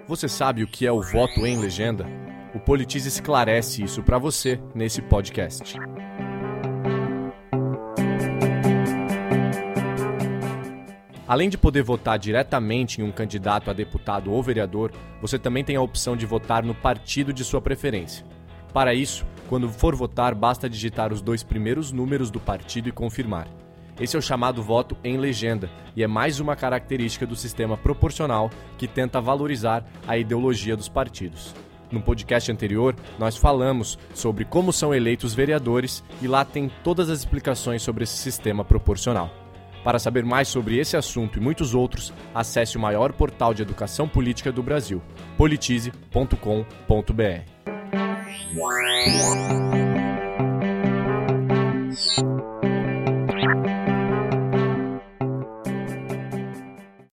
Você sabe o que é o voto em legenda? O Politize esclarece isso para você nesse podcast. Além de poder votar diretamente em um candidato a deputado ou vereador, você também tem a opção de votar no partido de sua preferência. Para isso, quando for votar, basta digitar os 2 primeiros números do partido e confirmar. Esse é o chamado voto em legenda e é mais uma característica do sistema proporcional que tenta valorizar a ideologia dos partidos. No podcast anterior, nós falamos sobre como são eleitos vereadores e lá tem todas as explicações sobre esse sistema proporcional. Para saber mais sobre esse assunto e muitos outros, acesse o maior portal de educação política do Brasil, politize.com.br.